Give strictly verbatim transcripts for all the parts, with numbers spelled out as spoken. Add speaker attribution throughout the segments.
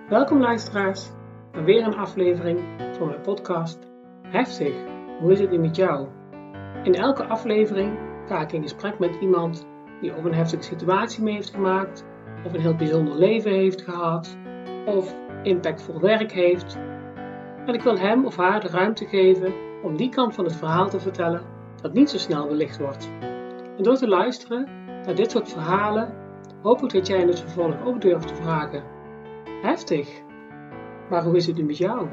Speaker 1: Welkom luisteraars bij weer een aflevering van mijn podcast Heftig, hoe is het nu met jou? In elke aflevering ga ik in gesprek met iemand die of een heftige situatie mee heeft gemaakt, of een heel bijzonder leven heeft gehad, of impactvol werk heeft. En ik wil hem of haar de ruimte geven om die kant van het verhaal te vertellen dat niet zo snel belicht wordt. En door te luisteren naar dit soort verhalen hoop ik dat jij in het vervolg ook durft te vragen: heftig, maar hoe is het nu met jou?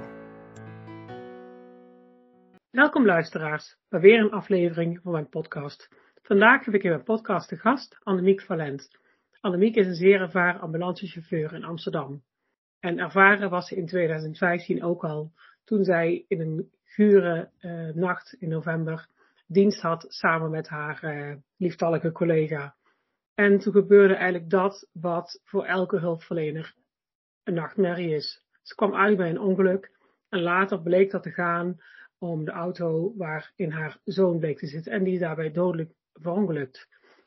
Speaker 1: Welkom luisteraars bij weer een aflevering van mijn podcast. Vandaag heb ik in mijn podcast de gast Annemiek Valent. Annemiek is een zeer ervaren ambulancechauffeur in Amsterdam. En ervaren was ze in tweeduizend vijftien ook al, toen zij in een gure uh, nacht in november dienst had samen met haar uh, lieftallige collega. En toen gebeurde eigenlijk dat wat voor elke hulpverlener een nachtmerrie is. Ze kwam uit bij een ongeluk en later bleek dat te gaan om de auto waarin haar zoon bleek te zitten en die is daarbij dodelijk verongelukt.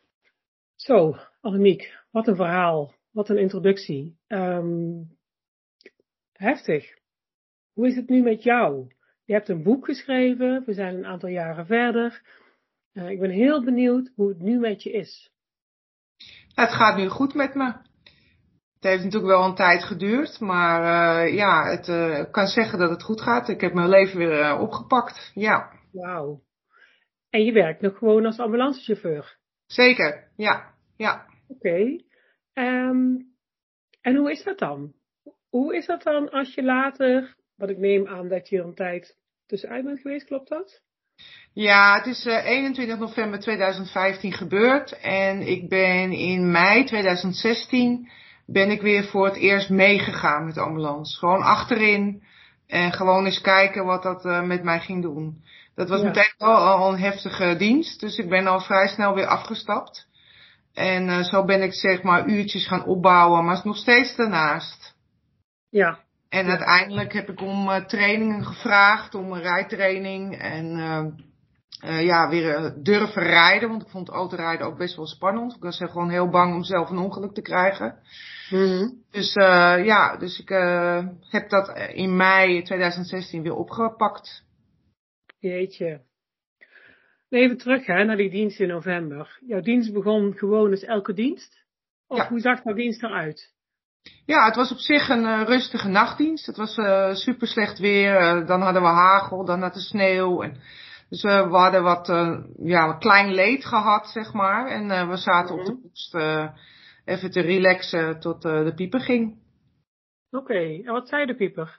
Speaker 1: Zo, Annemiek, wat een verhaal, wat een introductie. Um, heftig. Hoe is het nu met jou? Je hebt een boek geschreven, we zijn een aantal jaren verder. Uh, ik ben heel benieuwd hoe het nu met je is.
Speaker 2: Het gaat nu goed met me. Het heeft natuurlijk wel een tijd geduurd, maar uh, ja, het uh, kan zeggen dat het goed gaat. Ik heb mijn leven weer uh, opgepakt, ja.
Speaker 1: Wauw. En je werkt nog gewoon als ambulancechauffeur?
Speaker 2: Zeker, ja. ja.
Speaker 1: Oké. Okay. Um, en hoe is dat dan? Hoe is dat dan als je later, wat ik neem aan dat je er een tijd tussenuit bent geweest, klopt dat?
Speaker 2: Ja, het is uh, eenentwintig november tweeduizend vijftien gebeurd en ik ben in mei tweeduizend zestien ben ik weer voor het eerst meegegaan met de ambulance. Gewoon achterin en gewoon eens kijken wat dat uh, met mij ging doen. Dat was ja. meteen al, al een heftige dienst, dus ik ben al vrij snel weer afgestapt. En uh, zo ben ik zeg maar uurtjes gaan opbouwen, maar het is nog steeds daarnaast.
Speaker 1: Ja.
Speaker 2: En ja. uiteindelijk heb ik om uh, trainingen gevraagd, om een rijtraining en uh, uh, ja, weer uh, durven rijden. Want ik vond autorijden ook best wel spannend. Ik was uh, gewoon heel bang om zelf een ongeluk te krijgen.
Speaker 1: Mm-hmm.
Speaker 2: Dus uh, ja, dus ik uh, heb dat in mei tweeduizend zestien weer opgepakt.
Speaker 1: Jeetje. Even terug hè, naar die dienst in november. Jouw dienst begon gewoon als elke dienst? Of ja. Hoe zag jouw dienst eruit?
Speaker 2: Ja, het was op zich een uh, rustige nachtdienst. Het was uh, super slecht weer. Uh, dan hadden we hagel, dan hadden we sneeuw. En, dus uh, we hadden wat, uh, ja, een klein leed gehad, zeg maar. En uh, we zaten mm-hmm. op de post uh, even te relaxen tot uh, de pieper ging.
Speaker 1: Oké, okay. En wat zei de pieper?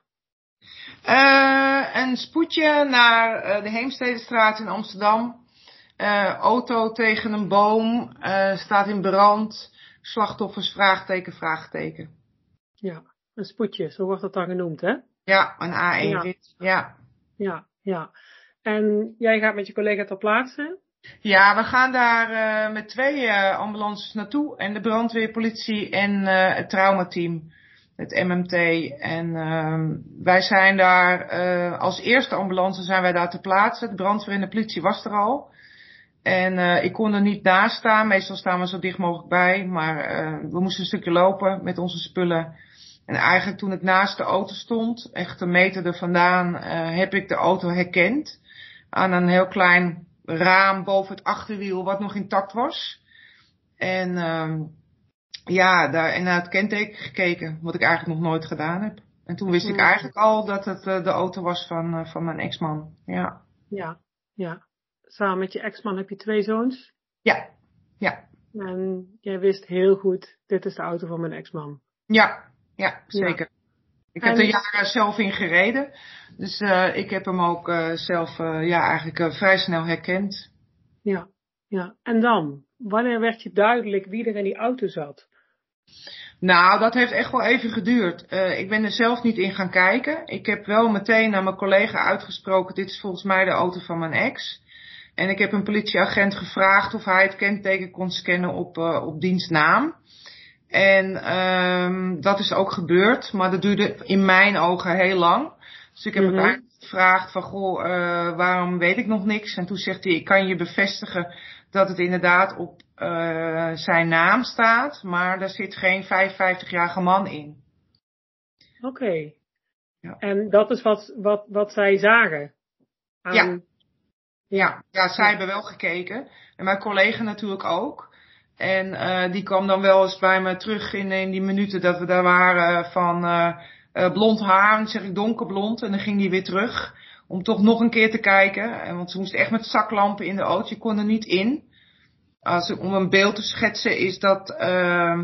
Speaker 2: Uh, een spoedje naar uh, de Heemstedestraat in Amsterdam. Uh, auto tegen een boom, uh, staat in brand. Slachtoffers, vraagteken, vraagteken.
Speaker 1: Ja, een spoedje, zo wordt dat dan genoemd, hè?
Speaker 2: Ja, een A één rit, ja.
Speaker 1: ja. Ja, ja. En jij gaat met je collega ter plaatse?
Speaker 2: Ja, we gaan daar uh, met twee uh, ambulances naartoe. En de brandweer, politie en uh, het traumateam. Het M M T. En uh, wij zijn daar, uh, als eerste ambulance zijn wij daar ter plaatse. De brandweer en de politie was er al. En uh, ik kon er niet naast staan. Meestal staan we zo dicht mogelijk bij. Maar uh, we moesten een stukje lopen met onze spullen. En eigenlijk toen ik naast de auto stond, echt een meter er vandaan, uh, heb ik de auto herkend. Aan een heel klein raam boven het achterwiel wat nog intact was. En uh, ja, daar, en naar het kenteken gekeken, wat ik eigenlijk nog nooit gedaan heb. En toen wist ik eigenlijk al dat het uh, de auto was van, uh, van mijn ex-man. Ja,
Speaker 1: ja, ja. Samen met je ex-man heb je twee zoons?
Speaker 2: Ja, ja.
Speaker 1: En jij wist heel goed, dit is de auto van mijn ex-man?
Speaker 2: Ja, ja, zeker. Ja. Ik heb
Speaker 1: en...
Speaker 2: er jaren zelf in gereden. Dus uh, ik heb hem ook uh, zelf uh, ja, eigenlijk uh, vrij snel herkend.
Speaker 1: Ja, ja. En dan? Wanneer werd je duidelijk wie er in die auto zat?
Speaker 2: Nou, dat heeft echt wel even geduurd. Uh, ik ben er zelf niet in gaan kijken. Ik heb wel meteen naar mijn collega uitgesproken, dit is volgens mij de auto van mijn ex. En ik heb een politieagent gevraagd of hij het kenteken kon scannen op, uh, op dienstnaam. En um, dat is ook gebeurd, maar dat duurde in mijn ogen heel lang. Dus ik heb mm-hmm. uiteindelijk gevraagd van, goh, uh, waarom weet ik nog niks? En toen zegt hij, ik kan je bevestigen dat het inderdaad op uh, zijn naam staat, maar daar zit geen vijfenvijftigjarige man in.
Speaker 1: Oké. Okay.
Speaker 2: Ja.
Speaker 1: En dat is wat, wat, wat zij zagen? Aan...
Speaker 2: Ja. Ja, ja, zij ja. hebben wel gekeken. En mijn collega natuurlijk ook. En uh, die kwam dan wel eens bij me terug in, in die minuten dat we daar waren van uh, uh, blond haar. Dan zeg ik donkerblond. En dan ging die weer terug. Om toch nog een keer te kijken. En, want ze moest echt met zaklampen in de auto. Je kon er niet in. Als, om een beeld te schetsen is dat uh,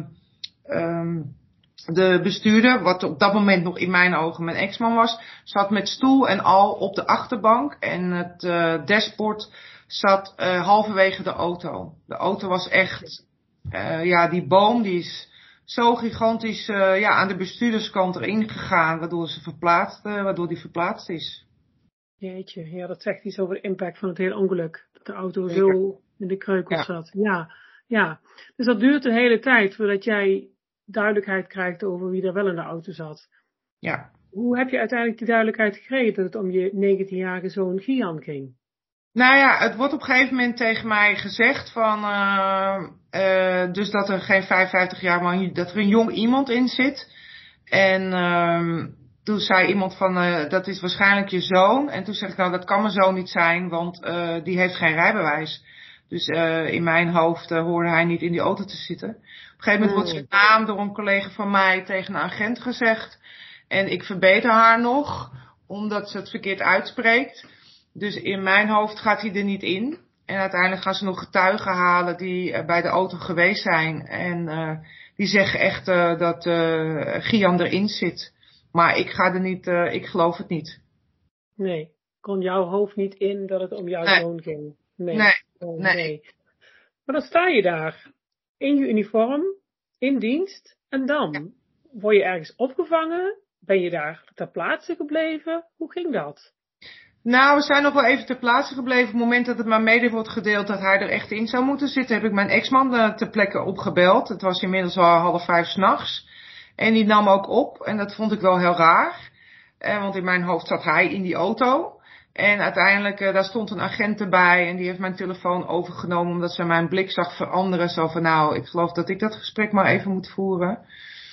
Speaker 2: um, de bestuurder, wat op dat moment nog in mijn ogen mijn ex-man was, zat met stoel en al op de achterbank. En het uh, dashboard zat uh, halverwege de auto. De auto was echt, uh, ja, die boom die is zo gigantisch uh, ja, aan de bestuurderskant erin gegaan, waardoor ze verplaatst, uh, waardoor die verplaatst is.
Speaker 1: Jeetje, ja, dat zegt iets over de impact van het hele ongeluk. Dat de auto Zeker. Zo in de kreukels ja. zat. Ja, ja. Dus dat duurt de hele tijd voordat jij duidelijkheid krijgt over wie er wel in de auto zat.
Speaker 2: Ja.
Speaker 1: Hoe heb je uiteindelijk die duidelijkheid gekregen dat het om je negentienjarige zoon Gian ging?
Speaker 2: Nou ja, het wordt op een gegeven moment tegen mij gezegd van, uh, uh, dus dat er geen vijfenvijftig jaar man, dat er een jong iemand in zit. En uh, toen zei iemand van, uh, dat is waarschijnlijk je zoon. En toen zeg ik, nou dat kan mijn zoon niet zijn, want uh, die heeft geen rijbewijs. Dus uh, in mijn hoofd uh, hoorde hij niet in die auto te zitten. Op een gegeven moment wordt zijn naam door een collega van mij tegen een agent gezegd. En ik verbeter haar nog, omdat ze het verkeerd uitspreekt. Dus in mijn hoofd gaat hij er niet in. En uiteindelijk gaan ze nog getuigen halen die uh, bij de auto geweest zijn. En uh, die zeggen echt uh, dat uh, Gian erin zit. Maar ik ga er niet, uh, ik geloof het niet.
Speaker 1: Nee, kon jouw hoofd niet in dat het om jouw
Speaker 2: nee.
Speaker 1: zoon ging? Nee.
Speaker 2: Nee.
Speaker 1: Oh,
Speaker 2: nee.
Speaker 1: nee. Maar dan sta je daar, in je uniform, in dienst. En dan? Ja. Word je ergens opgevangen? Ben je daar ter plaatse gebleven? Hoe ging dat?
Speaker 2: Nou, we zijn nog wel even ter plaatse gebleven. Op het moment dat het maar mede wordt gedeeld dat hij er echt in zou moeten zitten, heb ik mijn ex-man uh, ter plekke opgebeld. Het was inmiddels al half vijf 's nachts. En die nam ook op. En dat vond ik wel heel raar. Uh, want in mijn hoofd zat hij in die auto. En uiteindelijk, uh, daar stond een agent erbij. En die heeft mijn telefoon overgenomen omdat ze mijn blik zag veranderen. Zo van, nou, ik geloof dat ik dat gesprek maar even moet voeren.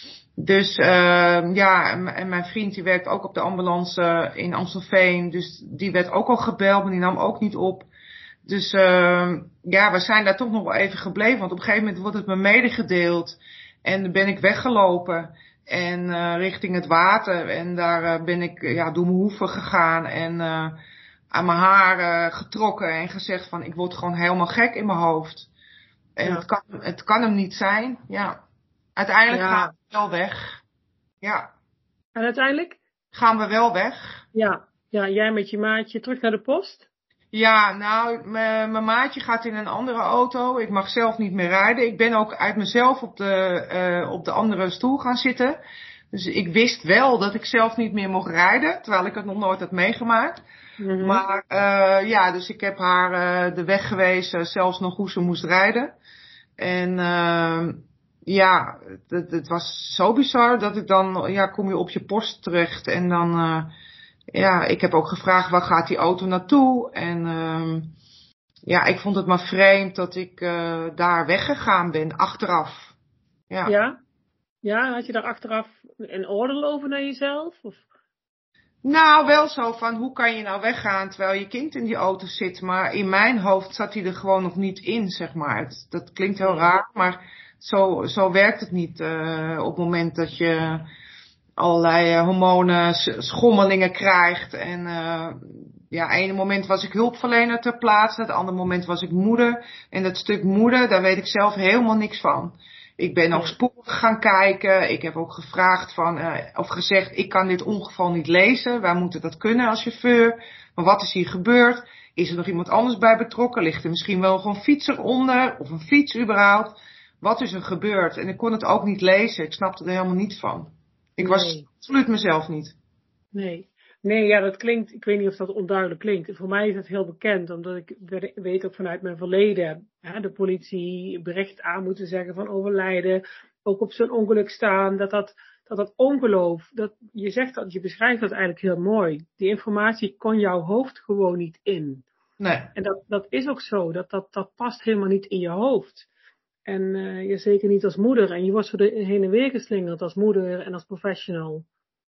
Speaker 2: Dus uh, ja, en mijn vriend die werkt ook op de ambulance in Amstelveen. Dus die werd ook al gebeld, maar die nam ook niet op. Dus uh, ja, we zijn daar toch nog wel even gebleven. Want op een gegeven moment wordt het me medegedeeld. En dan ben ik weggelopen. En uh, richting het water. En daar uh, ben ik ja, door mijn hoeven gegaan. En uh, aan mijn haar uh, getrokken. En gezegd van, ik word gewoon helemaal gek in mijn hoofd. En ja. het, kan, het kan hem niet zijn, ja. Uiteindelijk ja. gaan we wel weg. Ja.
Speaker 1: En uiteindelijk?
Speaker 2: Gaan we wel weg.
Speaker 1: Ja, ja, jij met je maatje terug naar de post?
Speaker 2: Ja, nou, mijn maatje gaat in een andere auto. Ik mag zelf niet meer rijden. Ik ben ook uit mezelf op de, uh, op de andere stoel gaan zitten. Dus ik wist wel dat ik zelf niet meer mocht rijden. Terwijl ik het nog nooit had meegemaakt. Mm-hmm. Maar uh, ja, dus ik heb haar uh, de weg gewezen. Zelfs nog hoe ze moest rijden. En... Uh, Ja, het, het was zo bizar dat ik dan, ja, kom je op je post terecht en dan, uh, ja, ik heb ook gevraagd waar gaat die auto naartoe en uh, ja, ik vond het maar vreemd dat ik uh, daar weggegaan ben, achteraf. Ja.
Speaker 1: ja, ja, had je daar achteraf een oordeel over naar jezelf? Of?
Speaker 2: Nou, wel zo van, hoe kan je nou weggaan terwijl je kind in die auto zit, maar in mijn hoofd zat hij er gewoon nog niet in, zeg maar. Het, dat klinkt heel raar, maar... Zo, zo werkt het niet uh, op het moment dat je allerlei uh, hormonen, schommelingen krijgt. En uh, ja, ene moment was ik hulpverlener ter plaatse, het andere moment was ik moeder. En dat stuk moeder, daar weet ik zelf helemaal niks van. Ik ben nog sporen gaan kijken. Ik heb ook gevraagd van, uh, of gezegd, ik kan dit ongeval niet lezen. Wij moeten dat kunnen als chauffeur. Maar wat is hier gebeurd? Is er nog iemand anders bij betrokken? Ligt er misschien wel gewoon een fietser onder? Of een fiets überhaupt? Wat is er gebeurd? En ik kon het ook niet lezen. Ik snapte er helemaal niets van. Ik nee. was absoluut mezelf niet.
Speaker 1: Nee. Nee, ja, dat klinkt, ik weet niet of dat onduidelijk klinkt. Voor mij is het heel bekend, omdat ik weet ook vanuit mijn verleden, hè, de politie bericht aan moeten zeggen van overlijden, ook op zo'n ongeluk staan, dat dat, dat dat ongeloof, dat, je zegt dat, je beschrijft dat eigenlijk heel mooi. Die informatie kon jouw hoofd gewoon niet in.
Speaker 2: Nee.
Speaker 1: En dat, dat is ook zo, dat, dat, dat past helemaal niet in je hoofd. En uh, je zeker niet als moeder. En je wordt zo heen en weer geslingerd als moeder en als professional.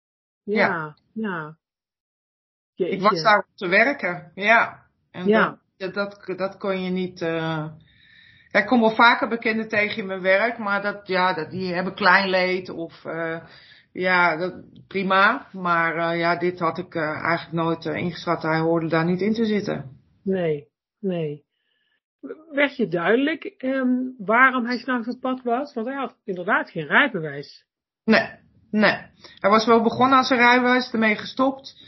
Speaker 1: Ja, ja. Jeetje.
Speaker 2: Ik was daar om te werken, ja. En
Speaker 1: Ja.
Speaker 2: dat, dat, dat kon je niet... Uh... Ja, ik kom wel vaker bekenden tegen in mijn werk, maar dat, ja, dat, die hebben klein leed of... Uh, ja, dat, prima. Maar uh, ja, dit had ik uh, eigenlijk nooit uh, ingeschat. Hij hoorde daar niet in te zitten.
Speaker 1: Nee, nee. Werd je duidelijk um, waarom hij s'nachts op pad was? Want hij had inderdaad geen rijbewijs.
Speaker 2: Nee, nee. Hij was wel begonnen aan zijn rijbewijs, ermee gestopt.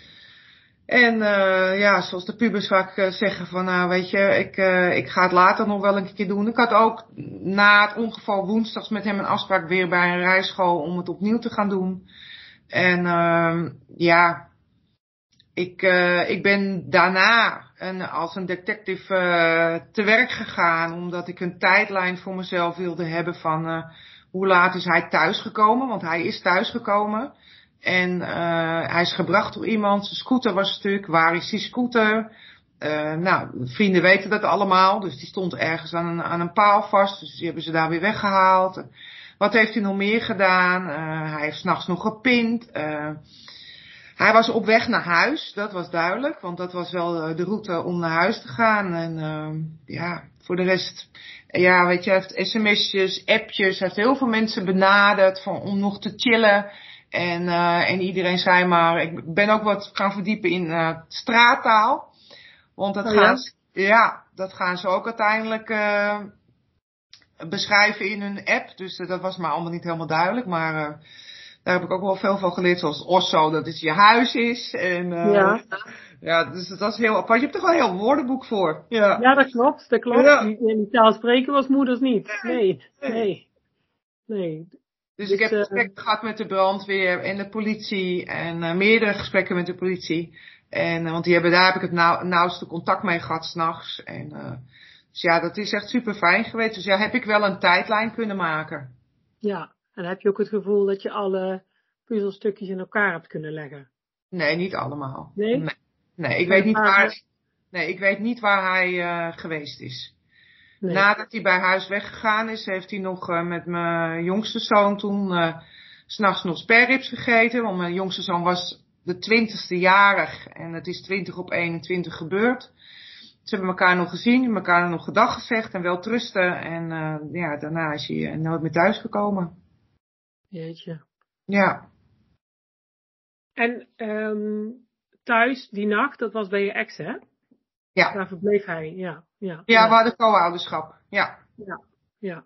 Speaker 2: En uh, ja, zoals de pubers vaak uh, zeggen van, nou weet je, ik, uh, ik ga het later nog wel een keer doen. Ik had ook na het ongeval woensdags met hem een afspraak weer bij een rijschool om het opnieuw te gaan doen. En uh, ja, ik, uh, ik ben daarna een, als een detective uh, te werk gegaan, omdat ik een tijdlijn voor mezelf wilde hebben van uh, hoe laat is hij thuisgekomen, want hij is thuisgekomen. En uh, hij is gebracht door iemand, zijn scooter was stuk, waar is die scooter? Uh, nou, vrienden weten dat allemaal, dus die stond ergens aan een, aan een paal vast, dus die hebben ze daar weer weggehaald. Wat heeft hij nog meer gedaan? Uh, hij heeft 's nachts nog gepind. Uh, hij was op weg naar huis, dat was duidelijk, want dat was wel de route om naar huis te gaan. En uh, ja, voor de rest, ja, weet je, hij heeft sms'jes, appjes, hij heeft heel veel mensen benaderd van, om nog te chillen. En, uh, en iedereen zei maar, ik ben ook wat gaan verdiepen in uh, straattaal. Want dat, oh, gaan ze, ja? ja, dat gaan ze ook uiteindelijk uh, beschrijven in hun app. Dus uh, dat was me allemaal niet helemaal duidelijk. Maar uh, daar heb ik ook wel veel van geleerd. Zoals Osso, dat het je huis is. En, uh, ja. ja, dus dat was heel apart. Je hebt er gewoon een heel woordenboek voor. Ja,
Speaker 1: ja dat klopt. Dat klopt. Ja. Die, die taal spreken was moeders niet. Nee, nee, nee.
Speaker 2: Dus, dus ik heb gesprekken uh, gehad met de brandweer en de politie en uh, meerdere gesprekken met de politie. En, uh, want die hebben, daar heb ik het nauw, nauwste contact mee gehad 's nachts. En, uh, dus ja, dat is echt super fijn geweest. Dus ja, heb ik wel een tijdlijn kunnen maken.
Speaker 1: Ja, en heb je ook het gevoel dat je alle puzzelstukjes in elkaar hebt kunnen leggen?
Speaker 2: Nee, niet allemaal.
Speaker 1: Nee?
Speaker 2: Nee, nee ik, weet niet waar, nee ik weet niet waar hij uh, geweest is. Nee. Nadat hij bij huis weggegaan is, heeft hij nog uh, met mijn jongste zoon toen uh, 's nachts nog sperrips gegeten. Want mijn jongste zoon was de twintigste jarig en het is twintig op eenentwintig gebeurd. Ze hebben elkaar nog gezien, elkaar nog gedag gezegd en wel trusten. En uh, ja, daarna is hij uh, nooit meer thuis gekomen.
Speaker 1: Jeetje.
Speaker 2: Ja.
Speaker 1: En um, thuis die nacht, dat was bij je ex, hè?
Speaker 2: Ja.
Speaker 1: Daar verbleef hij, ja. Ja,
Speaker 2: ja, we hadden co-ouderschap, ja.
Speaker 1: Ja, ja.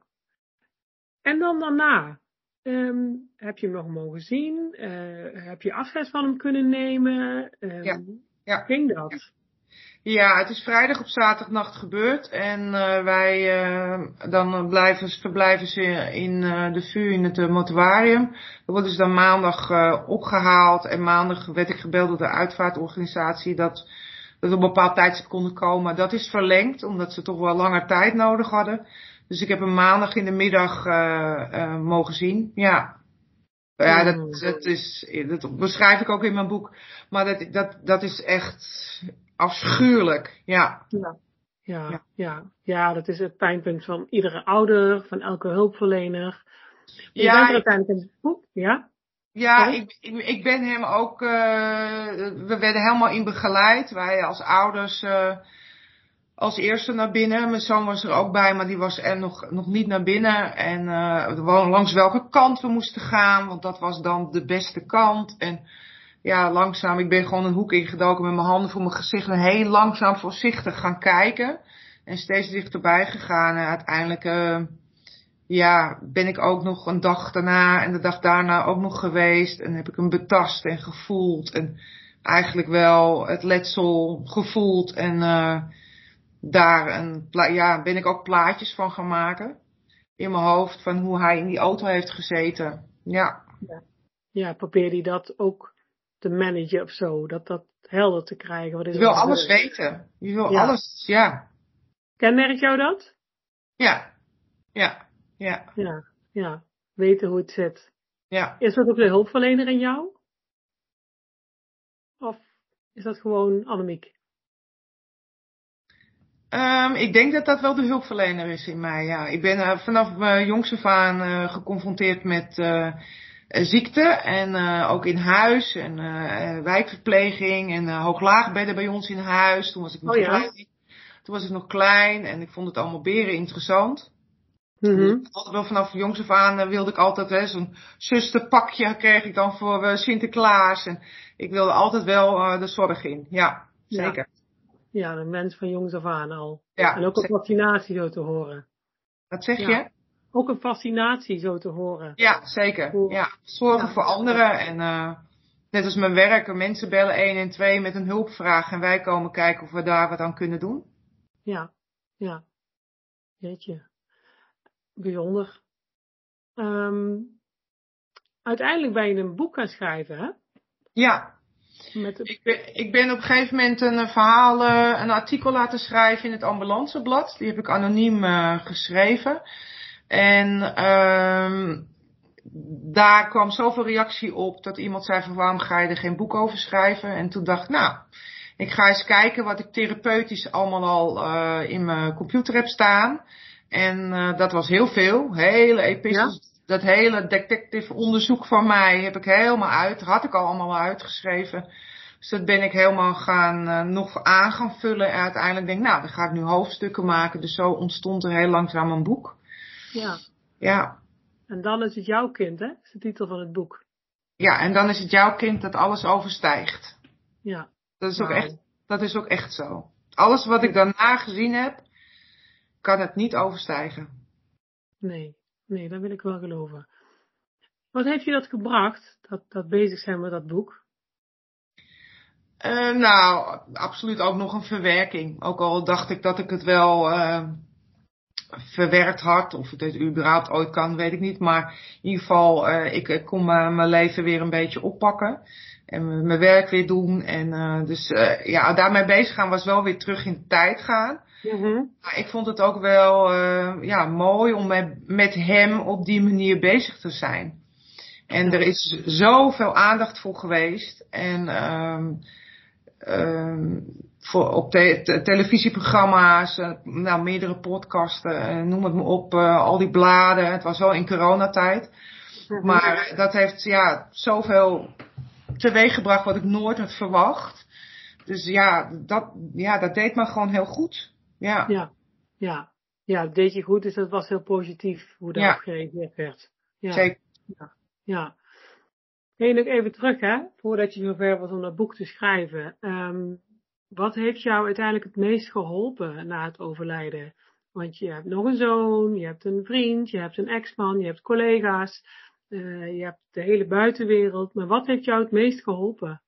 Speaker 1: En dan daarna, um, heb je hem nog mogen zien? Uh, heb je afscheid van hem kunnen nemen? Um,
Speaker 2: ja. Ja.
Speaker 1: Ging dat?
Speaker 2: Ja, het is vrijdag op zaterdagnacht gebeurd. En uh, wij, uh, dan blijven, verblijven ze in uh, de V U in het uh, mortuarium. Dan worden ze dan maandag uh, opgehaald. En maandag werd ik gebeld door de uitvaartorganisatie dat... dat we op een bepaald tijdstip konden komen. Dat is verlengd, omdat ze toch wel langer tijd nodig hadden. Dus ik heb hem maandag in de middag uh, uh, mogen zien. Ja, ja dat, dat, is, dat beschrijf ik ook in mijn boek. Maar dat, dat, dat is echt afschuwelijk. Ja.
Speaker 1: Ja. Ja, ja. ja, ja, dat is het pijnpunt van iedere ouder, van elke hulpverlener. Je ja, bent er uiteindelijk in het boek, ja?
Speaker 2: Ja, ik, ik, ik ben hem ook, uh, we werden helemaal in begeleid. Wij als ouders uh, als eerste naar binnen. Mijn zoon was er ook bij, maar die was er nog, nog niet naar binnen. En uh, langs welke kant we moesten gaan, want dat was dan de beste kant. En ja, langzaam, ik ben gewoon een hoek ingedoken met mijn handen voor mijn gezicht. En heel langzaam voorzichtig gaan kijken. En steeds dichterbij gegaan. En uiteindelijk... Uh, Ja, ben ik ook nog een dag daarna en de dag daarna ook nog geweest. En heb ik hem betast en gevoeld. En eigenlijk wel het letsel gevoeld. En uh, daar een pla- ja, ben ik ook plaatjes van gaan maken. In mijn hoofd van hoe hij in die auto heeft gezeten. Ja.
Speaker 1: Ja, ja, probeer hij dat ook te managen of zo. Dat dat helder te krijgen. Wat is
Speaker 2: je wil alles gebeurd? weten. Je wil ja. alles, ja.
Speaker 1: Kenmerkt jou dat?
Speaker 2: Ja, ja. Ja.
Speaker 1: ja, ja, weten hoe het zit.
Speaker 2: Ja.
Speaker 1: Is dat ook de hulpverlener in jou? Of is dat gewoon Annemiek?
Speaker 2: Um, ik denk dat dat wel de hulpverlener is in mij, ja. Ik ben uh, vanaf mijn jongs af aan uh, geconfronteerd met uh, uh, ziekte. En uh, ook in huis en uh, wijkverpleging en uh, hoog-laagbedden bij ons in huis. Toen was ik nog
Speaker 1: Oh ja.
Speaker 2: klein. Toen was ik nog klein en ik vond het allemaal beren interessant.
Speaker 1: Mm-hmm.
Speaker 2: Dus altijd wel vanaf jongs af aan uh, wilde ik altijd, hè, zo'n zusterpakje kreeg ik dan voor uh, Sinterklaas. En ik wilde altijd wel uh, de zorg in. Ja, zeker.
Speaker 1: Ja, ja, een mens van jongs af aan al.
Speaker 2: Ja,
Speaker 1: en ook een
Speaker 2: zeker.
Speaker 1: fascinatie zo te horen.
Speaker 2: Wat zeg
Speaker 1: Ja.
Speaker 2: je?
Speaker 1: Ook een fascinatie zo te horen.
Speaker 2: Ja, zeker.
Speaker 1: Voor...
Speaker 2: Ja, zorgen
Speaker 1: ja.
Speaker 2: voor anderen. En uh, net als mijn werk, mensen bellen één en twee met een hulpvraag. En wij komen kijken of we daar wat aan kunnen doen.
Speaker 1: Ja, ja. Jeetje. Bijzonder. Um, uiteindelijk ben je een boek gaan schrijven, hè?
Speaker 2: Ja.
Speaker 1: Met het...
Speaker 2: ik, ben, ik ben op een gegeven moment een verhaal, uh, een artikel laten schrijven in het Ambulanceblad. Die heb ik anoniem uh, geschreven. En um, daar kwam zoveel reactie op dat iemand zei van waarom ga je er geen boek over schrijven? En toen dacht ik, nou, ik ga eens kijken wat ik therapeutisch allemaal al uh, in mijn computer heb staan. En uh, dat was heel veel, hele epistels. Ja? Dat hele detective onderzoek van mij heb ik helemaal uit, had ik al allemaal uitgeschreven. Dus dat ben ik helemaal gaan, uh, nog aan gaan vullen. En uiteindelijk denk ik, nou, dan ga ik nu hoofdstukken maken. Dus zo ontstond er heel langzaam een boek.
Speaker 1: Ja.
Speaker 2: Ja.
Speaker 1: En dan is het jouw kind, hè? Dat is de titel van het boek.
Speaker 2: Ja, en dan is het jouw kind dat alles overstijgt.
Speaker 1: Ja.
Speaker 2: Dat is,
Speaker 1: wow.
Speaker 2: ook, echt, dat is ook echt zo. Alles wat ik daarna gezien heb, kan het niet overstijgen.
Speaker 1: Nee, nee, dat wil ik wel geloven. Wat heeft je dat gebracht, dat, dat bezig zijn met dat boek?
Speaker 2: Uh, nou, absoluut ook nog een verwerking. Ook al dacht ik dat ik het wel uh, verwerkt had, of ik het überhaupt ooit kan, weet ik niet. Maar in ieder geval, uh, ik, ik kon mijn leven weer een beetje oppakken. En mijn werk weer doen. En uh, dus uh, ja, daarmee bezig gaan was wel weer terug in de tijd gaan.
Speaker 1: Mm-hmm.
Speaker 2: Maar ik vond het ook wel uh, ja, mooi om met, met hem op die manier bezig te zijn. En er is zoveel aandacht voor geweest. En um, um, voor, op te, te, televisieprogramma's, uh, nou, meerdere podcasten, uh, noem het maar op, uh, al die bladen. Het was wel in coronatijd. Mm-hmm. Maar dat heeft ja, zoveel teweeggebracht wat ik nooit had verwacht. Dus ja dat, ja, dat deed me gewoon heel goed. Ja,
Speaker 1: ja, ja. Ja, dat deed je goed, dus dat was heel positief hoe daarop ja. gereageerd werd. Ja.
Speaker 2: Zeker.
Speaker 1: Ja. Ja. Hey, nog even terug, hè, voordat je zover was om dat boek te schrijven. Um, wat heeft jou uiteindelijk het meest geholpen na het overlijden? Want je hebt nog een zoon, je hebt een vriend, je hebt een ex-man, je hebt collega's, uh, je hebt de hele buitenwereld. Maar wat heeft jou het meest geholpen?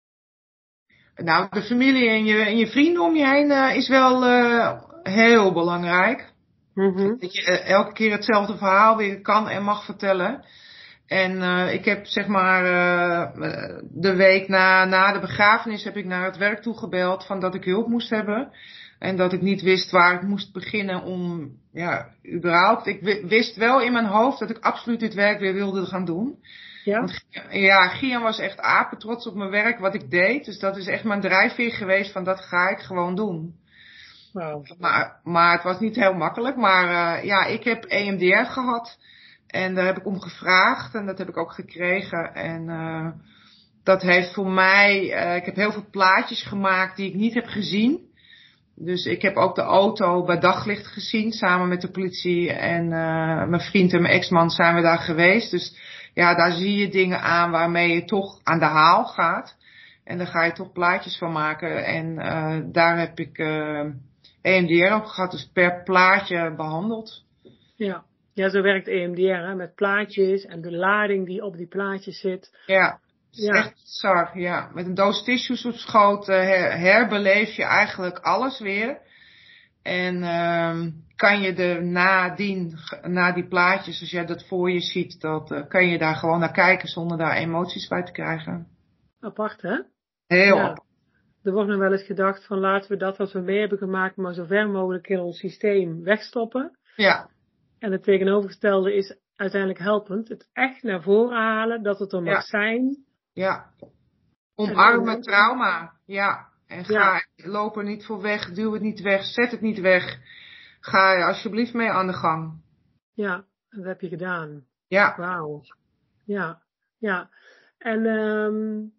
Speaker 2: Nou, de familie en je, en je vrienden om je heen uh, is wel uh, heel belangrijk.
Speaker 1: Mm-hmm.
Speaker 2: Dat je uh, elke keer hetzelfde verhaal weer kan en mag vertellen. En uh, ik heb zeg maar uh, de week na, na de begrafenis heb ik naar het werk toe gebeld van dat ik hulp moest hebben. En dat ik niet wist waar ik moest beginnen om, ja, überhaupt. Ik wist wel in mijn hoofd dat ik absoluut dit werk weer wilde gaan doen.
Speaker 1: Ja?
Speaker 2: Want, ja, Gian was echt apetrots op mijn werk, wat ik deed. Dus dat is echt mijn drijfveer geweest van dat ga ik gewoon doen.
Speaker 1: Wow.
Speaker 2: Maar, maar het was niet heel makkelijk. Maar uh, ja, ik heb E M D R gehad. En daar heb ik om gevraagd. En dat heb ik ook gekregen. En uh, dat heeft voor mij, uh, ik heb heel veel plaatjes gemaakt die ik niet heb gezien. Dus ik heb ook de auto bij daglicht gezien, samen met de politie. En uh, mijn vriend en mijn ex-man zijn we daar geweest. Dus ja, daar zie je dingen aan waarmee je toch aan de haal gaat. En daar ga je toch plaatjes van maken. En uh, daar heb ik uh, E M D R op gehad, dus per plaatje behandeld.
Speaker 1: Ja, ja, zo werkt E M D R, hè, met plaatjes en de lading die op die plaatjes zit.
Speaker 2: Ja, het is
Speaker 1: ja.
Speaker 2: echt bizar, ja. Met een doos tissues op schoot uh, her, herbeleef je eigenlijk alles weer. En uh, kan je er nadien, na die plaatjes, als jij dat voor je ziet, dat, uh, kan je daar gewoon naar kijken zonder daar emoties bij te krijgen.
Speaker 1: Apart, hè?
Speaker 2: Heel
Speaker 1: ja.
Speaker 2: apart.
Speaker 1: Er wordt nog wel eens gedacht van laten we dat wat we mee hebben gemaakt maar zo ver mogelijk in ons systeem wegstoppen.
Speaker 2: Ja.
Speaker 1: En het tegenovergestelde is uiteindelijk helpend. Het echt naar voren halen, dat het er mag
Speaker 2: ja.
Speaker 1: zijn.
Speaker 2: Ja. Omarm het trauma. Ja. En ga, ja. loop er niet voor weg, duw het niet weg, zet het niet weg. Ga er alsjeblieft mee aan de gang.
Speaker 1: Ja, dat heb je gedaan.
Speaker 2: Ja.
Speaker 1: Wauw. Ja. ja. En, um,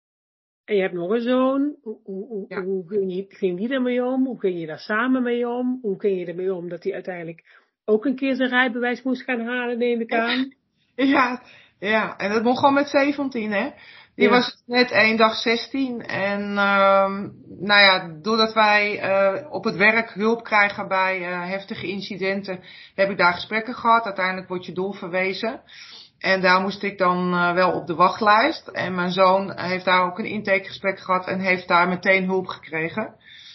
Speaker 1: en je hebt nog een zoon. Hoe, hoe,
Speaker 2: Ja.
Speaker 1: hoe ging, je, ging die ermee om? Hoe ging je daar samen mee om? Hoe ging je ermee om dat hij uiteindelijk ook een keer zijn rijbewijs moest gaan halen, neem ik aan?
Speaker 2: Ja, ja, en dat begon gewoon met zeventien, hè. Die
Speaker 1: Ja.
Speaker 2: was net één dag zestien. En um, nou ja, doordat wij uh, op het werk hulp krijgen bij uh, heftige incidenten, heb ik daar gesprekken gehad. Uiteindelijk word je doorverwezen. En daar moest ik dan uh, wel op de wachtlijst. En mijn zoon heeft daar ook een intakegesprek gehad en heeft daar meteen hulp gekregen.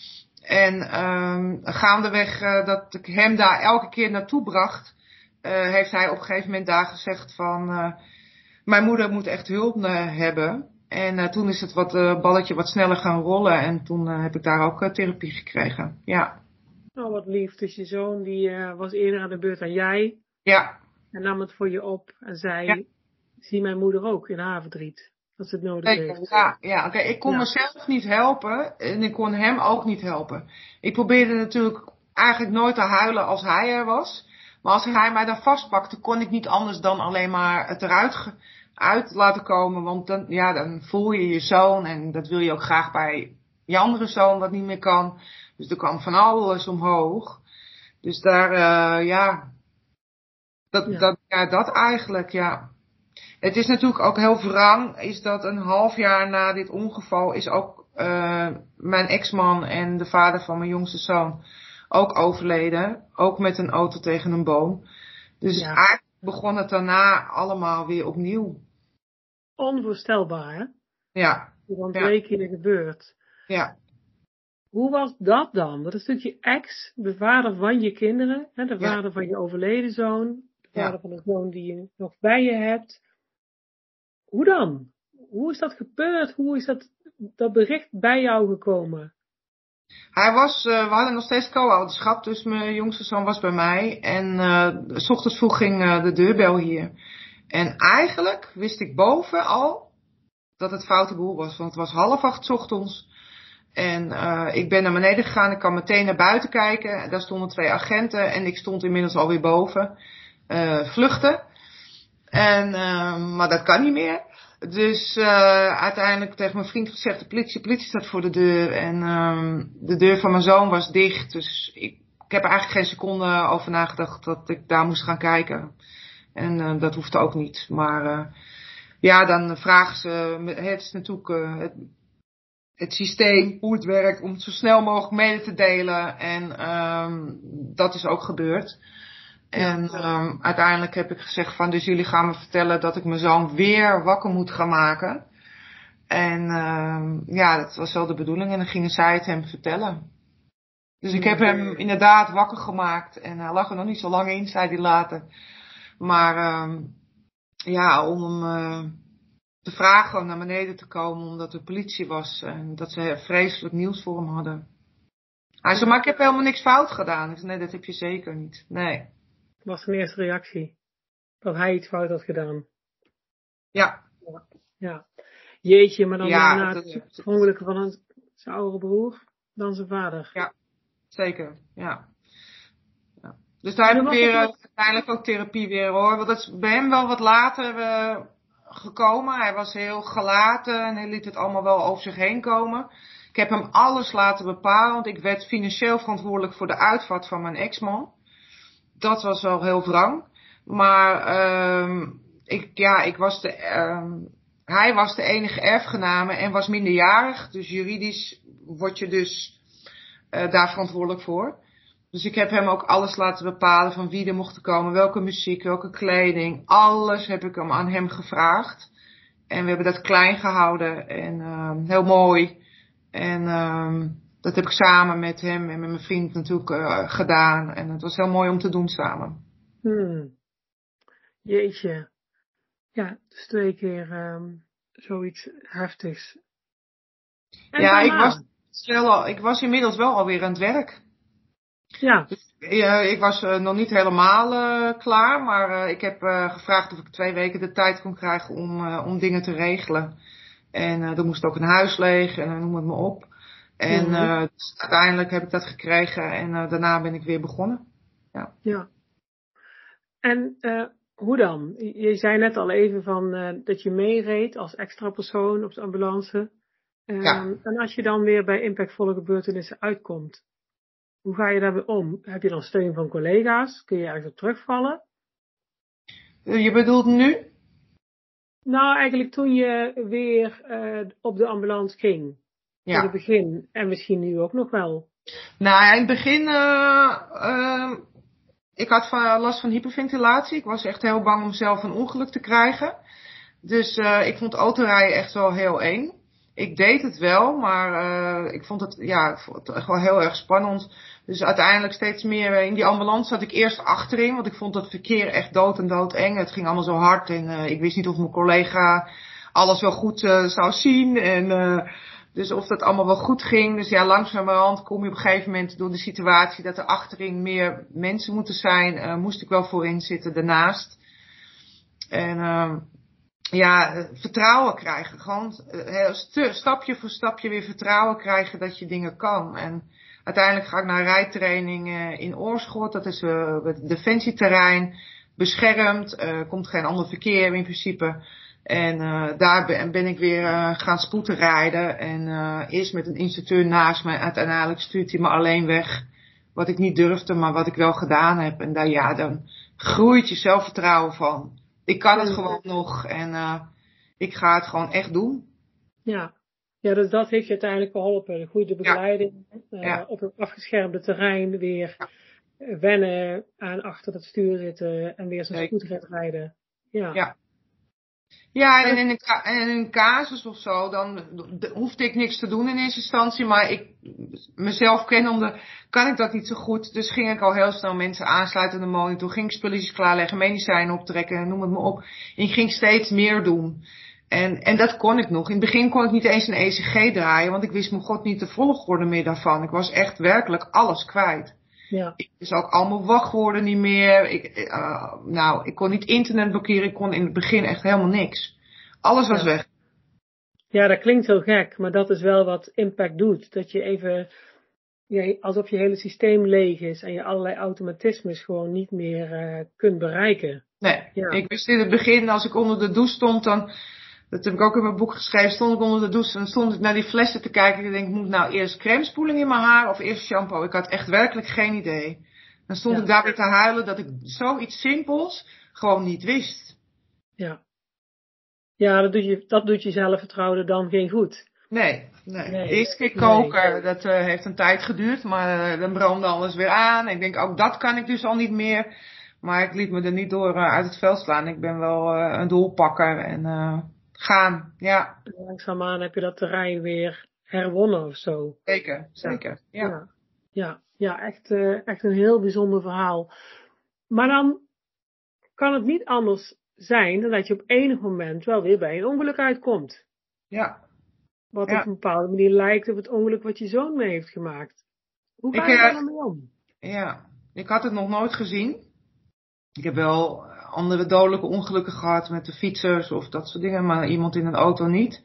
Speaker 2: En um, gaandeweg uh, dat ik hem daar elke keer naartoe bracht, uh, heeft hij op een gegeven moment daar gezegd van, uh, mijn moeder moet echt hulp uh, hebben. En uh, toen is het wat, uh, balletje wat sneller gaan rollen en toen uh, heb ik daar ook uh, therapie gekregen. Ja.
Speaker 1: Oh, wat lief. Dus je zoon die uh, was eerder aan de beurt dan jij.
Speaker 2: Ja.
Speaker 1: En nam het voor je op en zei,
Speaker 2: Ja.
Speaker 1: zie mijn moeder ook in haar verdriet. Als het nodig
Speaker 2: Zeker,
Speaker 1: heeft.
Speaker 2: ja, ja. Oké, okay. Ik kon
Speaker 1: Ja.
Speaker 2: mezelf niet helpen en ik kon hem ook niet helpen. Ik probeerde natuurlijk eigenlijk nooit te huilen als hij er was. Maar als hij mij dan vastpakte, kon ik niet anders dan alleen maar het eruit ge- uit laten komen. Want dan, ja, dan voel je je zoon en dat wil je ook graag bij je andere zoon wat niet meer kan. Dus er kwam van alles omhoog. Dus daar, uh, ja, dat,
Speaker 1: Ja.
Speaker 2: dat, ja, dat eigenlijk, ja. Het is natuurlijk ook heel wrang, is dat een half jaar na dit ongeval is ook uh, mijn ex-man en de vader van mijn jongste zoon ook overleden. Ook met een auto tegen een boom. Dus
Speaker 1: Ja.
Speaker 2: eigenlijk begon het daarna allemaal weer opnieuw.
Speaker 1: Onvoorstelbaar, hè?
Speaker 2: Ja.
Speaker 1: Want
Speaker 2: Ja.
Speaker 1: twee keer gebeurd.
Speaker 2: Ja.
Speaker 1: Hoe was dat dan? Dat een stukje ex, de vader van je kinderen, hè, de
Speaker 2: Ja.
Speaker 1: vader van je overleden zoon, de vader
Speaker 2: Ja.
Speaker 1: van de zoon die je nog bij je hebt. Hoe dan? Hoe is dat gebeurd? Hoe is dat, dat bericht bij jou gekomen?
Speaker 2: Hij was, uh, we hadden nog steeds co-ouderschap, dus mijn jongste zoon was bij mij. En uh, 's ochtends vroeg ging uh, de deurbel hier. En eigenlijk wist ik boven al dat het foute boel was, want het was half acht 's ochtends. En uh, ik ben naar beneden gegaan, ik kan meteen naar buiten kijken. Daar stonden twee agenten en ik stond inmiddels alweer boven. Uh, vluchten. En, uh, maar dat kan niet meer. Dus uh, uiteindelijk tegen mijn vriend gezegd, de politie, de politie staat voor de deur. En uh, de deur van mijn zoon was dicht. Dus ik, ik heb er eigenlijk geen seconde over nagedacht dat ik daar moest gaan kijken. En uh, dat hoefde ook niet. Maar uh, ja, dan vragen ze, het is natuurlijk uh, het, het systeem, hoe het werkt, om het zo snel mogelijk mede te delen. En um, dat is ook gebeurd. En um, uiteindelijk heb ik gezegd van, dus jullie gaan me vertellen dat ik mijn zoon weer wakker moet gaan maken. En um, ja, dat was wel de bedoeling. En dan gingen zij het hem vertellen. Dus ik heb hem inderdaad wakker gemaakt. En hij lag er nog niet zo lang in, zei hij later. Maar um, ja, om hem uh, te vragen om naar beneden te komen, omdat er politie was. En dat ze vreselijk nieuws voor hem hadden. Hij zei, maar ik heb helemaal niks fout gedaan. Ik zei, nee, dat heb je zeker niet. Nee.
Speaker 1: Was zijn eerste reactie? Dat hij iets fout had gedaan?
Speaker 2: Ja.
Speaker 1: Ja. Ja. Jeetje, maar dan
Speaker 2: ja,
Speaker 1: na
Speaker 2: dat,
Speaker 1: het verongelijken van een, zijn oudere broer dan zijn vader.
Speaker 2: Ja, zeker. Ja. Ja. Dus daar heb ik weer uh, uiteindelijk ook therapie weer hoor. Want dat is bij hem wel wat later uh, gekomen. Hij was heel gelaten en hij liet het allemaal wel over zich heen komen. Ik heb hem alles laten bepalen, want ik werd financieel verantwoordelijk voor de uitvaart van mijn ex-man. Dat was wel heel wrang. Maar um, ik, ja, ik was de, um, hij was de enige erfgename en was minderjarig. Dus juridisch word je dus uh, daar verantwoordelijk voor. Dus ik heb hem ook alles laten bepalen van wie er mocht komen, welke muziek, welke kleding. Alles heb ik hem aan hem gevraagd. En we hebben dat klein gehouden en uh, heel mooi. En um, dat heb ik samen met hem en met mijn vriend natuurlijk uh, gedaan. En het was heel mooi om te doen samen.
Speaker 1: Hmm. Jeetje. Ja, dus twee keer um, zoiets heftigs. En
Speaker 2: ja,
Speaker 1: daarna?
Speaker 2: ik was, wel al, ik was inmiddels wel alweer aan het werk.
Speaker 1: Ja.
Speaker 2: Dus, uh, ik was uh, nog niet helemaal uh, klaar. Maar uh, ik heb uh, gevraagd of ik twee weken de tijd kon krijgen om, uh, om dingen te regelen. En uh, er moest ook een huis leeg en uh, noem het maar op. En uh, dus uiteindelijk heb ik dat gekregen en uh, daarna ben ik weer begonnen. Ja.
Speaker 1: Ja. En uh, Hoe dan? Je zei net al even van uh, dat je meereed als extra persoon op de ambulance. Um,
Speaker 2: Ja.
Speaker 1: En als je dan weer bij impactvolle gebeurtenissen uitkomt, hoe ga je daarmee om? Heb je dan steun van collega's? Kun je ergens op terugvallen?
Speaker 2: Je bedoelt nu?
Speaker 1: Nou, eigenlijk toen je weer uh, op de ambulance ging. Ja. In het begin. En misschien nu ook nog wel.
Speaker 2: Nou, in het begin, uh, uh, ik had van, last van hyperventilatie. Ik was echt heel bang om zelf een ongeluk te krijgen. Dus uh, ik vond autorijden echt wel heel eng. Ik deed het wel, maar uh, ik vond het, ja, ik vond het echt wel heel erg spannend. Dus uiteindelijk steeds meer in die ambulance zat ik eerst achterin, want ik vond dat verkeer echt dood en dood eng. Het ging allemaal zo hard en uh, ik wist niet of mijn collega alles wel goed uh, zou zien. En uh, dus of dat allemaal wel goed ging. Dus ja, langzamerhand kom je op een gegeven moment door de situatie dat er achterin meer mensen moeten zijn, uh, moest ik wel voorin zitten daarnaast. En uh, ja, vertrouwen krijgen. Gewoon uh, stapje voor stapje weer vertrouwen krijgen dat je dingen kan. En uiteindelijk ga ik naar rijtraining uh, in Oorschot. Dat is uh, het defensieterrein. Beschermd. Uh, komt geen ander verkeer in principe. En uh, daar ben, ben ik weer uh, gaan spoeten rijden. En uh, eerst met een instructeur naast me. Uiteindelijk stuurt hij me alleen weg. Wat ik niet durfde, maar wat ik wel gedaan heb. En daar, ja, dan groeit je zelfvertrouwen van. Ik kan het gewoon nog en uh, ik ga het gewoon echt doen.
Speaker 1: Ja, ja, dus dat heeft je uiteindelijk geholpen. De goede begeleiding, ja. Uh, ja. Op het afgeschermde terrein weer ja. wennen aan achter het stuur zitten en weer zo'n spoedrit rijden. Ja.
Speaker 2: Ja. Ja, en in een, en in een casus of zo, dan hoefde ik niks te doen in eerste instantie, maar ik mezelf kennende kan ik dat niet zo goed. Dus ging ik al heel snel mensen aansluiten aan de monitor, ging ik spulletjes klaarleggen, medicijnen optrekken, noem het maar op. En ik ging steeds meer doen. En, en dat kon ik nog. In het begin kon ik niet eens een E C G draaien, want ik wist mijn god niet de volgorde meer daarvan. Ik was echt werkelijk alles kwijt.
Speaker 1: Ja.
Speaker 2: Ik wist ook allemaal wachtwoorden niet meer. Ik, uh, nou, ik kon niet internet blokkeren. Ik kon in het begin echt helemaal niks. Alles was
Speaker 1: ja.
Speaker 2: weg.
Speaker 1: Ja, dat klinkt heel gek, maar dat is wel wat impact doet. Dat je even, ja, alsof je hele systeem leeg is en je allerlei automatismes gewoon niet meer uh, kunt bereiken.
Speaker 2: Nee,
Speaker 1: ja.
Speaker 2: Ik wist in het begin, als ik onder de douche stond, dan, dat heb ik ook in mijn boek geschreven, stond ik onder de douche en stond ik naar die flessen te kijken. En ik denk, moet nou eerst crèmespoeling in mijn haar of eerst shampoo? Ik had echt werkelijk geen idee. Dan stond ja. ik daar weer te huilen dat ik zoiets simpels gewoon niet wist.
Speaker 1: Ja. Ja, dat doet je, dat doet je zelfvertrouwen dan geen goed.
Speaker 2: Nee, nee. nee. Eerst keer koken, nee. dat uh, heeft een tijd geduurd, maar uh, dan brandde alles weer aan. Ik denk, ook dat kan ik dus al niet meer. Maar ik liet me er niet door uh, uit het veld slaan. Ik ben wel uh, een doelpakker en uh, gaan, ja.
Speaker 1: Langzaamaan heb je dat terrein weer herwonnen of zo.
Speaker 2: Zeker, zeker, ja.
Speaker 1: Ja, ja, ja echt, uh, echt een heel bijzonder verhaal. Maar dan kan het niet anders zijn dan dat je op enig moment wel weer bij een ongeluk uitkomt.
Speaker 2: Ja.
Speaker 1: Wat
Speaker 2: ja.
Speaker 1: op een bepaalde manier lijkt op het ongeluk wat je zoon mee heeft gemaakt. Hoe ga je daar dan mee om?
Speaker 2: Ja, ik had het nog nooit gezien. Ik heb wel andere dodelijke ongelukken gehad met de fietsers of dat soort dingen, maar iemand in een auto niet.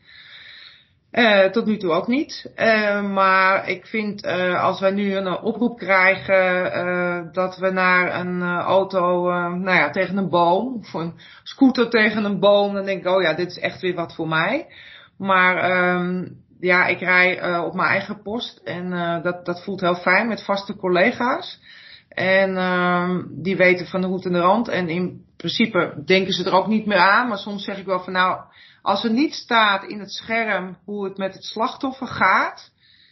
Speaker 2: Uh, tot nu toe ook niet. Uh, maar ik vind uh, als wij nu een oproep krijgen uh, dat we naar een uh, auto, uh, nou ja, tegen een boom of een scooter tegen een boom, dan denk ik, oh ja, dit is echt weer wat voor mij. Maar um, ja, ik rij uh, op mijn eigen post en uh, dat, dat voelt heel fijn met vaste collega's. En uh, die weten van de hoed en de rand. En in principe denken ze er ook niet meer aan. Maar soms zeg ik wel van nou, als er niet staat in het scherm hoe het met het slachtoffer gaat,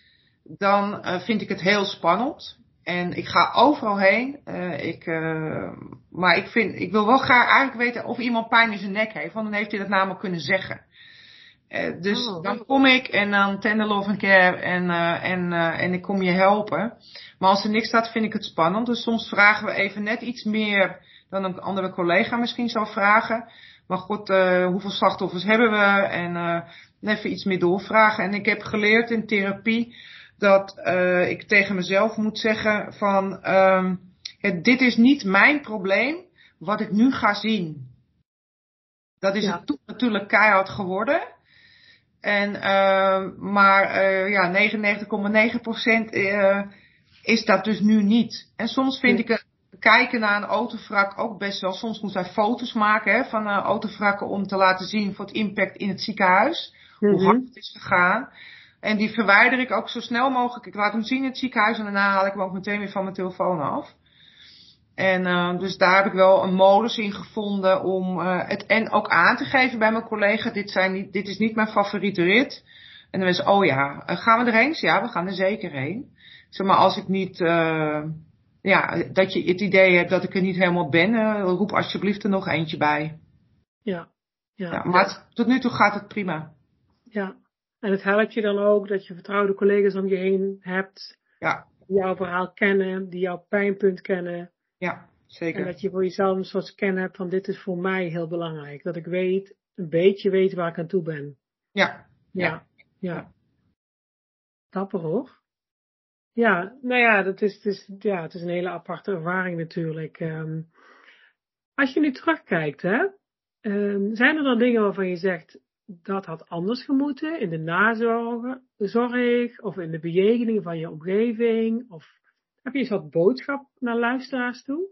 Speaker 2: dan uh, vind ik het heel spannend. En ik ga overal heen. Uh, ik, uh, maar ik, vind, ik wil wel graag eigenlijk weten of iemand pijn in zijn nek heeft. Want dan heeft hij dat namelijk kunnen zeggen. Uh, dus oh. dan kom ik en dan tender love and care en, uh, en, uh, en ik kom je helpen. Maar als er niks staat, vind ik het spannend. Dus soms vragen we even net iets meer dan een andere collega misschien zou vragen. Maar god, uh, hoeveel slachtoffers hebben we? En uh, even iets meer doorvragen. En ik heb geleerd in therapie dat uh, ik tegen mezelf moet zeggen van um, het, dit is niet mijn probleem wat ik nu ga zien. Dat is ja. het toen natuurlijk keihard geworden. En, uh, maar uh, ja, negenennegentig komma negen procent uh, is dat dus nu niet. En soms vind ja. ik het, kijken naar een autovrak ook best wel. Soms moet hij foto's maken hè, van uh, autovrakken om te laten zien voor het impact in het ziekenhuis. Mm-hmm. Hoe hard het is gegaan. En die verwijder ik ook zo snel mogelijk. Ik laat hem zien in het ziekenhuis en daarna haal ik hem ook meteen weer van mijn telefoon af. En uh, dus daar heb ik wel een modus in gevonden om uh, het en ook aan te geven bij mijn collega. Dit, zijn niet, dit is niet mijn favoriete rit. En dan mensen, oh ja, gaan we erheen? Ja, we gaan er zeker heen. Zeg maar, als ik niet, uh, ja, dat je het idee hebt dat ik er niet helemaal ben, uh, roep alsjeblieft er nog eentje bij.
Speaker 1: Ja. Ja,
Speaker 2: ja maar het, tot nu toe gaat het prima.
Speaker 1: Ja, en het helpt je dan ook dat je vertrouwde collega's om je heen hebt.
Speaker 2: Ja.
Speaker 1: Die jouw verhaal kennen, die jouw pijnpunt kennen.
Speaker 2: Ja, zeker.
Speaker 1: En dat je voor jezelf een soort scan hebt van dit is voor mij heel belangrijk. Dat ik weet, een beetje weet waar ik aan toe ben.
Speaker 2: Ja.
Speaker 1: Ja. Ja. ja. Dapper hoor. Ja, nou ja, dat is, het is, ja, het is een hele aparte ervaring natuurlijk. Um, als je nu terugkijkt, hè, um, zijn er dan dingen waarvan je zegt, dat had anders gemoeten in de nazorg, de zorg of in de bejegening van je omgeving? Of heb je een soort boodschap naar luisteraars toe?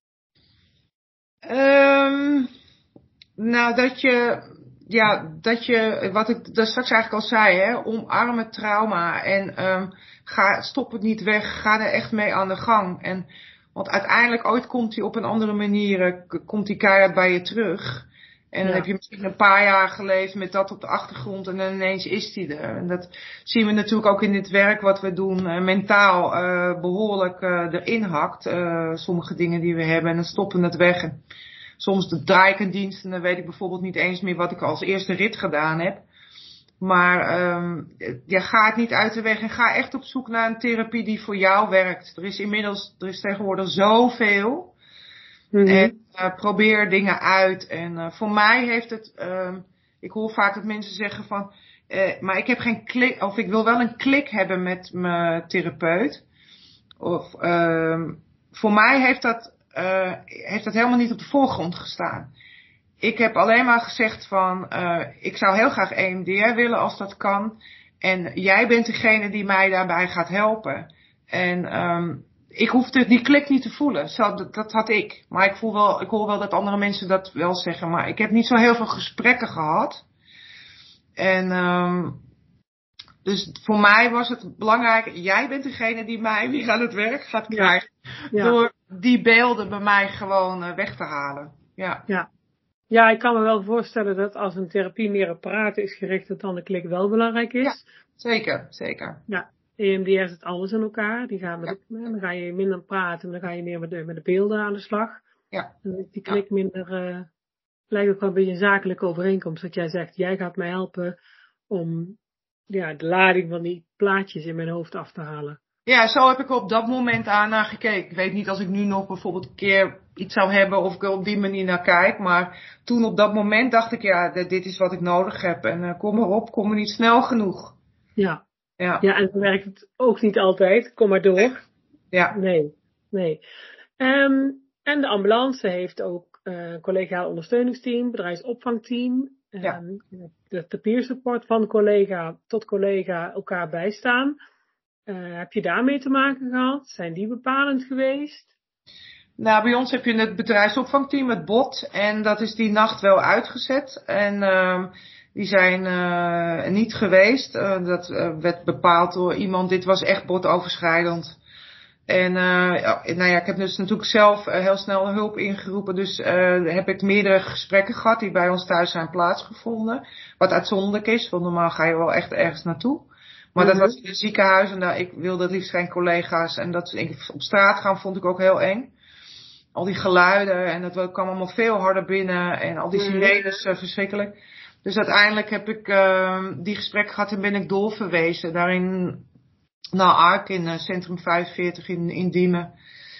Speaker 2: Um, nou, dat je, ja, dat je, wat ik daar straks eigenlijk al zei, hè, omarm het trauma en um, ga, stop het niet weg, ga er echt mee aan de gang. En, want uiteindelijk ooit komt hij op een andere manier, komt die keihard bij je terug. En dan ja. heb je misschien een paar jaar geleefd met dat op de achtergrond en dan ineens is die er. En dat zien we natuurlijk ook in dit werk wat we doen, uh, mentaal uh, behoorlijk uh, erin hakt. Uh, sommige dingen die we hebben en dan stoppen we het weg. En soms draai ik een dienst en dan weet ik bijvoorbeeld niet eens meer wat ik als eerste rit gedaan heb. Maar um, ja, ga het niet uit de weg en ga echt op zoek naar een therapie die voor jou werkt. Er is inmiddels, er is tegenwoordig zoveel. Mm-hmm. En uh, probeer dingen uit. En uh, voor mij heeft het, uh, ik hoor vaak dat mensen zeggen van, uh, maar ik heb geen klik, of ik wil wel een klik hebben met mijn therapeut. Of, uh, voor mij heeft dat, uh, heeft dat helemaal niet op de voorgrond gestaan. Ik heb alleen maar gezegd van, uh, ik zou heel graag E M D R willen als dat kan. En jij bent degene die mij daarbij gaat helpen. En um, ik hoefde die klik niet te voelen. Zo, dat, dat had ik. Maar ik voel wel, ik hoor wel dat andere mensen dat wel zeggen. Maar ik heb niet zo heel veel gesprekken gehad. En um, dus voor mij was het belangrijk. Jij bent degene die mij weer aan het werk gaat krijgen. Ja. Ja. Door die beelden bij mij gewoon uh, weg te halen. Ja.
Speaker 1: Ja. Ja, ik kan me wel voorstellen dat als een therapie meer op praten is gericht, dat dan de klik wel belangrijk is.
Speaker 2: Ja, zeker, zeker.
Speaker 1: Ja. E M D R zit anders in elkaar. Die gaan met ja. de, dan ga je minder praten, dan ga je meer met de, met de beelden aan de slag.
Speaker 2: Ja.
Speaker 1: Dan is die klik ja. minder, uh, lijkt ook wel een beetje een zakelijke overeenkomst. Dat jij zegt, jij gaat mij helpen om ja, de lading van die plaatjes in mijn hoofd af te halen.
Speaker 2: Ja, zo heb ik er op dat moment aan naar gekeken. Ik weet niet als ik nu nog bijvoorbeeld een keer iets zou hebben of ik er op die manier naar kijk. Maar toen op dat moment dacht ik, ja, dit is wat ik nodig heb. En uh, kom maar op, kom maar niet snel genoeg.
Speaker 1: Ja. Ja. Ja, en dan werkt het ook niet altijd. Kom maar door.
Speaker 2: Ja.
Speaker 1: Nee, nee. Um, en de ambulance heeft ook een uh, collegiaal ondersteuningsteam, bedrijfsopvangteam. Um, ja. De, de peer support van collega tot collega elkaar bijstaan. Uh, heb je daarmee te maken gehad? Zijn die bepalend geweest?
Speaker 2: Nou, bij ons heb je het bedrijfsopvangteam, het B O T. En dat is die nacht wel uitgezet. En uh, die zijn uh, niet geweest. Uh, dat uh, werd bepaald door iemand. Dit was echt B O T-overschrijdend. En uh, ja, nou ja, ik heb dus natuurlijk zelf uh, heel snel hulp ingeroepen. Dus uh, heb ik meerdere gesprekken gehad die bij ons thuis zijn plaatsgevonden. Wat uitzonderlijk is, want normaal ga je wel echt ergens naartoe. Maar mm-hmm. dat was in een ziekenhuis en daar, ik wilde het liefst geen collega's. En dat ik, op straat gaan vond ik ook heel eng. Al die geluiden en dat kwam allemaal veel harder binnen. En al die sirenes, uh, verschrikkelijk. Dus uiteindelijk heb ik uh, die gesprek gehad en ben ik doorverwezen. Daarin naar Ark in uh, Centrum vijfenveertig in, in Diemen.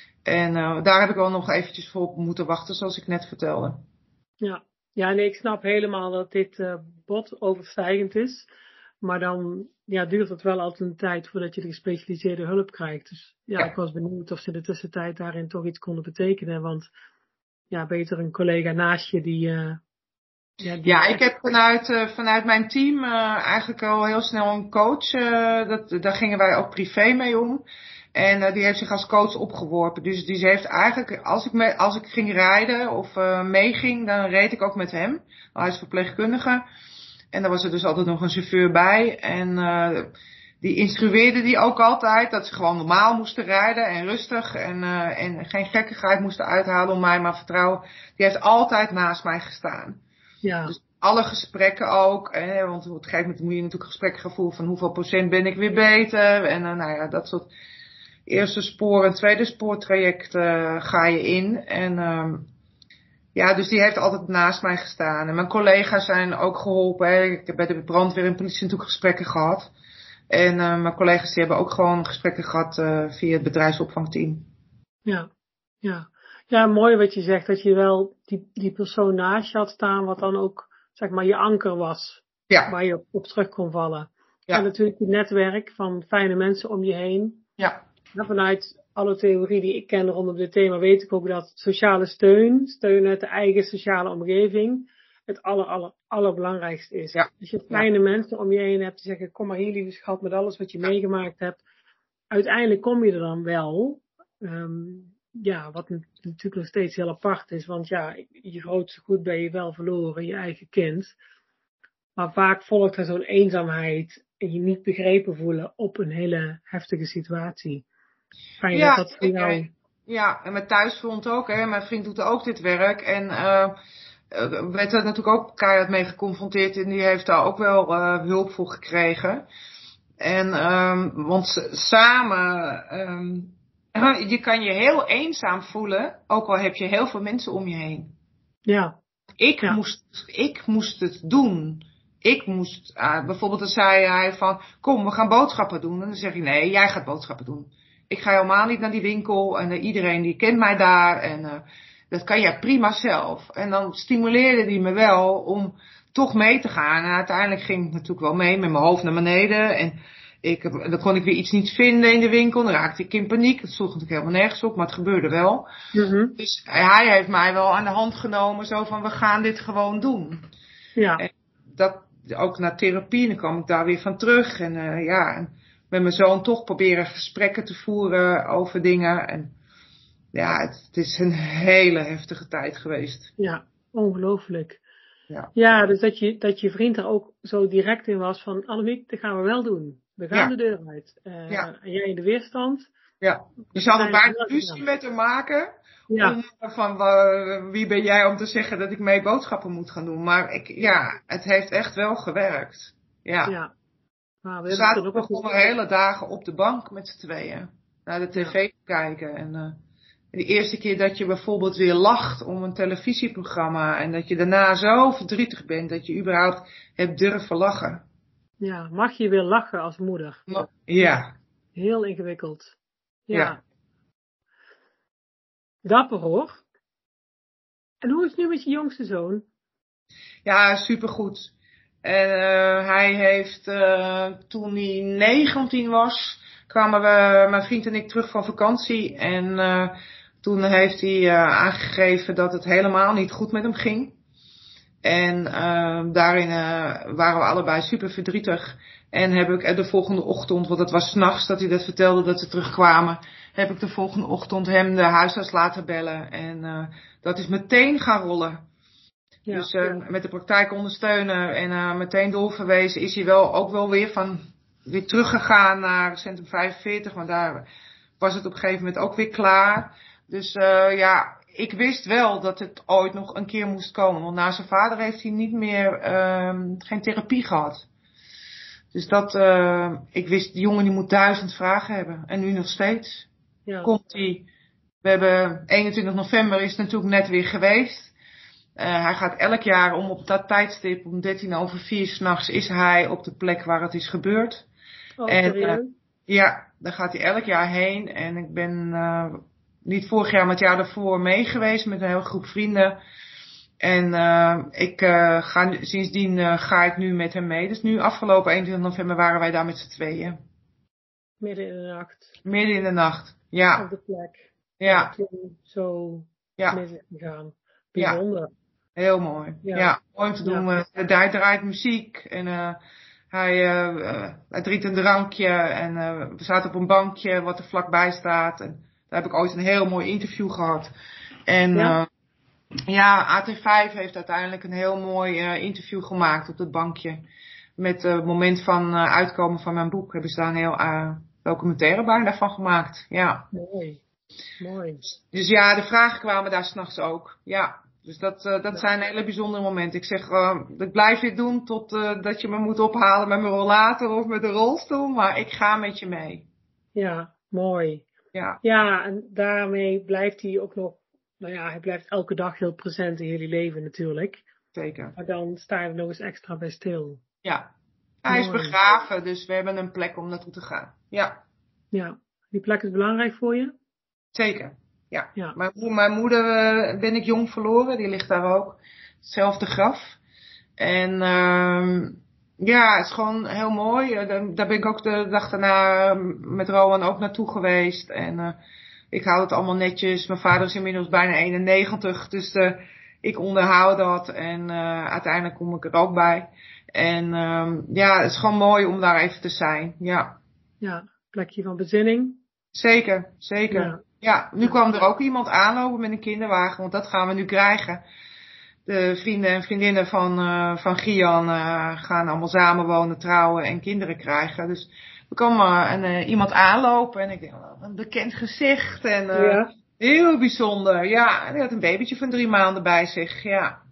Speaker 2: En uh, daar heb ik wel nog eventjes voor op moeten wachten, zoals ik net vertelde.
Speaker 1: Ja, ja nee, ik snap helemaal dat dit uh, bot overstijgend is. Maar dan ja, duurt het wel altijd een tijd voordat je de gespecialiseerde hulp krijgt. Dus ja, ja, ik was benieuwd of ze in de tussentijd daarin toch iets konden betekenen. Want ja, beter een collega naast je die... Uh,
Speaker 2: ja, die ja, ik heb vanuit, uh, vanuit mijn team uh, eigenlijk al heel snel een coach. Uh, dat, daar gingen wij ook privé mee om. En uh, die heeft zich als coach opgeworpen. Dus die heeft eigenlijk, als ik, me, als ik ging rijden of uh, meeging, dan reed ik ook met hem. Hij is verpleegkundige. En dan was er dus altijd nog een chauffeur bij. En uh, die instrueerde die ook altijd dat ze gewoon normaal moesten rijden en rustig. En, uh, en geen gekkigheid moesten uithalen om mij, maar vertrouwen. Die heeft altijd naast mij gestaan.
Speaker 1: Ja.
Speaker 2: Dus alle gesprekken ook. Hè, want op een gegeven moment moet je natuurlijk gesprekken gaan voeren van hoeveel procent ben ik weer beter. En uh, nou ja, dat soort eerste spoor en tweede spoortraject uh, ga je in. En um, ja, dus die heeft altijd naast mij gestaan. En mijn collega's zijn ook geholpen. Hè. Ik heb bij de brandweer en politie natuurlijk gesprekken gehad. En uh, mijn collega's die hebben ook gewoon gesprekken gehad uh, via het bedrijfsopvangteam.
Speaker 1: Ja, ja. Ja, mooi wat je zegt, dat je wel die, die persoon naast je had staan, wat dan ook, zeg maar, je anker was.
Speaker 2: Ja.
Speaker 1: Waar je op, op terug kon vallen.
Speaker 2: Ja.
Speaker 1: En natuurlijk het netwerk van fijne mensen om je heen.
Speaker 2: Ja.
Speaker 1: En vanuit alle theorie die ik ken rondom dit thema, weet ik ook dat sociale steun, steun uit de eigen sociale omgeving, het aller, aller, allerbelangrijkste is.
Speaker 2: Ja.
Speaker 1: Als je fijne ja. mensen om je heen hebt die zeggen, kom maar hier lieve schat met alles wat je ja. meegemaakt hebt. Uiteindelijk kom je er dan wel. Um, ja, wat natuurlijk nog steeds heel apart is, want ja, je grootste goed ben je wel verloren, je eigen kind. Maar vaak volgt er zo'n eenzaamheid en je niet begrepen voelen op een hele heftige situatie. Fijn
Speaker 2: ja,
Speaker 1: dat dat voor jou...
Speaker 2: Ja, en mijn thuisfront ook, hè. Mijn vriend doet ook dit werk en uh, werd er natuurlijk ook keihard mee geconfronteerd en die heeft daar ook wel uh, hulp voor gekregen. En um, want samen, um, je kan je heel eenzaam voelen, ook al heb je heel veel mensen om je heen.
Speaker 1: Ja.
Speaker 2: Ik,
Speaker 1: ja.
Speaker 2: moest, ik moest het doen. Ik moest, uh, bijvoorbeeld dan zei hij van, kom we gaan boodschappen doen. En dan zeg ik, nee, jij gaat boodschappen doen. Ik ga helemaal niet naar die winkel en uh, iedereen die kent mij daar. En uh, dat kan jij prima zelf. En dan stimuleerde hij me wel om toch mee te gaan. En uiteindelijk ging ik natuurlijk wel mee met mijn hoofd naar beneden. En ik, dan kon ik weer iets niet vinden in de winkel. Dan raakte ik in paniek. Dat sloeg natuurlijk helemaal nergens op, maar het gebeurde wel.
Speaker 1: Mm-hmm.
Speaker 2: Dus hij heeft mij wel aan de hand genomen. Zo van, we gaan dit gewoon doen.
Speaker 1: Ja.
Speaker 2: En dat, ook naar therapie. Dan kwam ik daar weer van terug. En uh, ja, en met mijn zoon toch proberen gesprekken te voeren over dingen. En ja, het, het is een hele heftige tijd geweest.
Speaker 1: Ja, ongelooflijk.
Speaker 2: Ja,
Speaker 1: ja dus dat je, dat je vriend er ook zo direct in was van, Annemiek, dat gaan we wel doen. We gaan ja. de deur uit. Uh, ja. En jij in de weerstand.
Speaker 2: Ja, je zou er bijna ruzie met hem maken. Ja. Om, van uh, wie ben jij om te zeggen dat ik mee boodschappen moet gaan doen. Maar ik, ja, het heeft echt wel gewerkt. Ja.
Speaker 1: ja. Nou, we,
Speaker 2: we zaten ook gewoon hele dagen op de bank met z'n tweeën. Naar de tv ja. kijken. En uh, de eerste keer dat je bijvoorbeeld weer lacht om een televisieprogramma. En dat je daarna zo verdrietig bent dat je überhaupt hebt durven lachen.
Speaker 1: Ja, mag je weer lachen als moeder?
Speaker 2: Ja.
Speaker 1: Heel ingewikkeld. Ja.
Speaker 2: ja.
Speaker 1: Dapper hoor. En hoe is het nu met je jongste zoon?
Speaker 2: Ja, supergoed. En uh, hij heeft, uh, toen hij negentien was, kwamen we, mijn vriend en ik, terug van vakantie. En uh, toen heeft hij uh, aangegeven dat het helemaal niet goed met hem ging. En uh, daarin uh, waren we allebei super verdrietig. En heb ik de volgende ochtend, want het was 's nachts dat hij dat vertelde dat ze terugkwamen, heb ik de volgende ochtend hem de huisarts laten bellen. En uh, dat is meteen gaan rollen. Ja, dus uh, ja. met de praktijk ondersteunen en uh, meteen doorverwezen is hij wel ook wel weer van weer teruggegaan naar Centrum vijfenveertig. Want daar was het op een gegeven moment ook weer klaar. Dus uh, ja, ik wist wel dat het ooit nog een keer moest komen. Want na zijn vader heeft hij niet meer, uh, geen therapie gehad. Dus dat, uh, ik wist, die jongen die moet duizend vragen hebben. En nu nog steeds. Ja. Komt hij, we hebben eenentwintig november is het natuurlijk net weer geweest. Uh, hij gaat elk jaar om op dat tijdstip, om dertien over vier 's nachts, is hij op de plek waar het is gebeurd.
Speaker 1: Oh, en, uh,
Speaker 2: ja, daar gaat hij elk jaar heen. En ik ben uh, niet vorig jaar, maar het jaar daarvoor mee geweest met een hele groep vrienden. En uh, ik uh, ga sindsdien uh, ga ik nu met hem mee. Dus nu afgelopen eenentwintig november waren wij daar met z'n tweeën.
Speaker 1: Midden in de nacht.
Speaker 2: Midden in de nacht, ja.
Speaker 1: Op de plek.
Speaker 2: Ja.
Speaker 1: Toen zo
Speaker 2: ja.
Speaker 1: mis is gegaan. Bijzonder.
Speaker 2: Ja. Heel mooi. Ja, ja mooi om te doen. Ja. Uh, daar draait muziek. En uh, Hij, uh, hij drinkt een drankje en uh, we zaten op een bankje wat er vlakbij staat. En daar heb ik ooit een heel mooi interview gehad. En ja, uh, ja A T vijf heeft uiteindelijk een heel mooi uh, interview gemaakt op dat bankje. Met het uh, moment van uh, uitkomen van mijn boek hebben ze daar een heel uh, documentaire bijna van gemaakt. Ja.
Speaker 1: Mooi. Mooi.
Speaker 2: Dus ja, de vragen kwamen daar 's nachts ook. Ja. Dus dat, uh, dat ja. zijn hele bijzondere momenten. Ik zeg, uh, ik blijf dit doen tot uh, dat je me moet ophalen met mijn rollator of met de rolstoel. Maar ik ga met je mee.
Speaker 1: Ja, mooi.
Speaker 2: Ja.
Speaker 1: Ja, en daarmee blijft hij ook nog, nou ja, hij blijft elke dag heel present in jullie leven natuurlijk.
Speaker 2: Zeker.
Speaker 1: Maar dan sta je er nog eens extra bij stil.
Speaker 2: Ja. Hij mooi. Is begraven, dus we hebben een plek om naartoe te gaan. Ja.
Speaker 1: Ja. Die plek is belangrijk voor je?
Speaker 2: Zeker. Ja,
Speaker 1: ja.
Speaker 2: Mijn, mijn moeder uh, ben ik jong verloren, die ligt daar ook. Hetzelfde graf. En uh, ja, het is gewoon heel mooi. Uh, daar, daar ben ik ook de dag daarna met Rowan ook naartoe geweest. En uh, ik hou het allemaal netjes. Mijn vader is inmiddels bijna eenennegentig, dus uh, ik onderhoud dat. En uh, uiteindelijk kom ik er ook bij. En uh, ja, het is gewoon mooi om daar even te zijn. Ja,
Speaker 1: ja, plekje van bezinning.
Speaker 2: Zeker, zeker. Ja. Ja, nu kwam er ook iemand aanlopen met een kinderwagen, want dat gaan we nu krijgen. De vrienden en vriendinnen van, uh, van Gian uh, gaan allemaal samenwonen, trouwen en kinderen krijgen. Dus er kwam uh, een, uh, iemand aanlopen en ik denk, oh, een bekend gezicht en uh, ja. heel bijzonder. Ja, en die had een babytje van drie maanden bij zich, ja.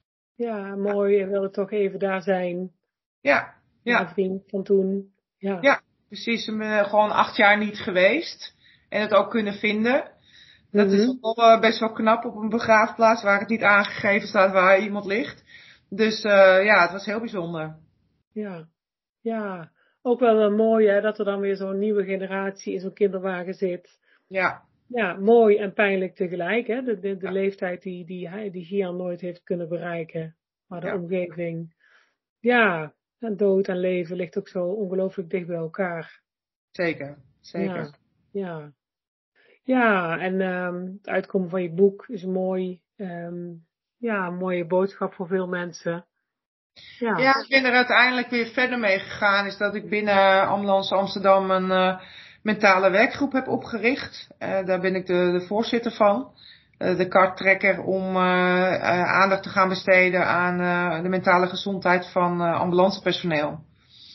Speaker 1: Ja, mooi. En wilde toch even daar zijn.
Speaker 2: Ja, ja.
Speaker 1: Een vriend van toen. Ja,
Speaker 2: ja precies. Ik ben gewoon acht jaar niet geweest. En het ook kunnen vinden. Dat mm-hmm. is wel uh, best wel knap op een begraafplaats waar het niet aangegeven staat waar iemand ligt. Dus uh, ja, het was heel bijzonder.
Speaker 1: Ja, ja. Ook wel wel mooi hè, dat er dan weer zo'n nieuwe generatie in zo'n kinderwagen zit.
Speaker 2: Ja.
Speaker 1: Ja, mooi en pijnlijk tegelijk. Hè? De, de, de ja. leeftijd die, die, hij, die Gian nooit heeft kunnen bereiken. Maar de ja. omgeving. Ja, en dood en leven ligt ook zo ongelooflijk dicht bij elkaar.
Speaker 2: Zeker, zeker.
Speaker 1: Ja, ja. Ja, en um, het uitkomen van je boek is mooi. Um, ja, een mooie boodschap voor veel mensen. Ja.
Speaker 2: ja, ik ben er uiteindelijk weer verder mee gegaan. Is dat ik binnen Ambulance Amsterdam een uh, mentale werkgroep heb opgericht. Uh, daar ben ik de, de voorzitter van. Uh, de karttrekker om uh, uh, aandacht te gaan besteden aan uh, de mentale gezondheid van uh, ambulancepersoneel.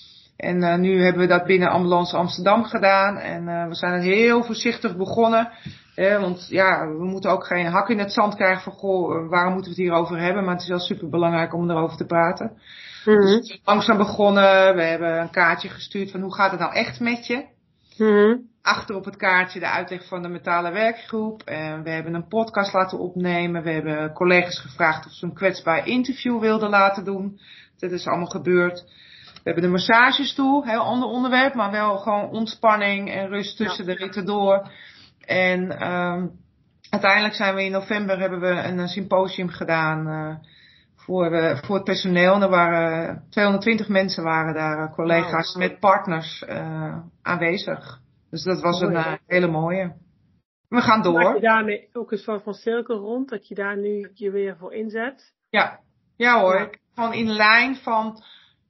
Speaker 2: En uh, nu hebben we dat binnen Ambulance Amsterdam gedaan. En uh, we zijn heel voorzichtig begonnen. Eh, want ja, we moeten ook geen hak in het zand krijgen van, goh, waarom moeten we het hierover hebben? Maar het is wel super belangrijk om erover te praten. Mm-hmm. Dus we zijn langzaam begonnen. We hebben een kaartje gestuurd van, hoe gaat het nou echt met je?
Speaker 1: Mm-hmm.
Speaker 2: Achter op het kaartje de uitleg van de mentale werkgroep. En we hebben een podcast laten opnemen. We hebben collega's gevraagd of ze een kwetsbaar interview wilden laten doen. Dat is allemaal gebeurd. We hebben de massagestoel, heel ander onderwerp, maar wel gewoon ontspanning en rust tussen ja. de ritten door. En um, uiteindelijk zijn we in november hebben we een symposium gedaan uh, voor, uh, voor het personeel. En er waren tweehonderdtwintig mensen waren daar, uh, collega's wow. met partners uh, aanwezig. Dus dat was Mooi, een uh, hele mooie. We gaan door.
Speaker 1: Maak je daarmee ook een soort van cirkel rond, dat je daar nu je weer voor inzet?
Speaker 2: Ja, ja hoor. Ja. Gewoon in lijn van,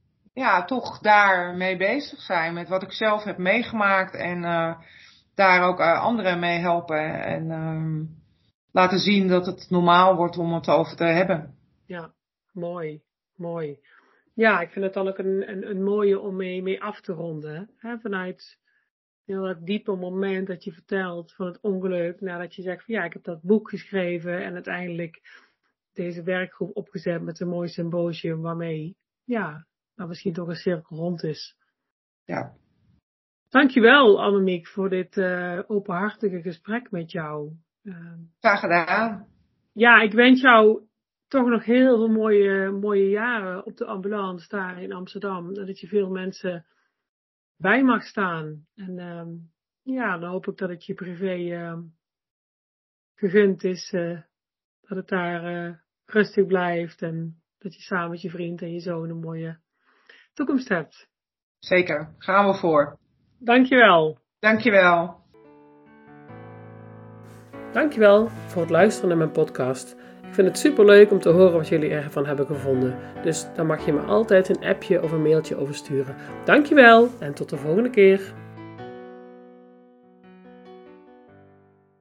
Speaker 2: ja, toch daarmee bezig zijn met wat ik zelf heb meegemaakt en uh, daar ook uh, anderen mee helpen en um, laten zien dat het normaal wordt om het over te hebben.
Speaker 1: Ja, mooi, mooi. Ja, ik vind het dan ook een, een, een mooie om mee, mee af te ronden. Hè? Vanuit heel dat diepe moment dat je vertelt van het ongeluk, nadat je zegt van ja, ik heb dat boek geschreven en uiteindelijk deze werkgroep opgezet met een mooi symposium waarmee, ja, nou misschien toch een cirkel rond is.
Speaker 2: Ja.
Speaker 1: Dankjewel Annemiek voor dit uh, openhartige gesprek met jou. Uh,
Speaker 2: Graag gedaan.
Speaker 1: Ja, ik wens jou toch nog heel veel mooie, mooie jaren op de ambulance daar in Amsterdam. Dat je veel mensen bij mag staan. En um, ja, dan hoop ik dat het je privé uh, gegund is. Uh, dat het daar uh, rustig blijft. En dat je samen met je vriend en je zoon een mooie toekomst hebt.
Speaker 2: Zeker, gaan we voor.
Speaker 1: Dankjewel.
Speaker 2: Dankjewel.
Speaker 1: Dankjewel voor het luisteren naar mijn podcast. Ik vind het super leuk om te horen wat jullie ervan hebben gevonden. Dus daar mag je me altijd een appje of een mailtje over sturen. Dankjewel en tot de volgende keer.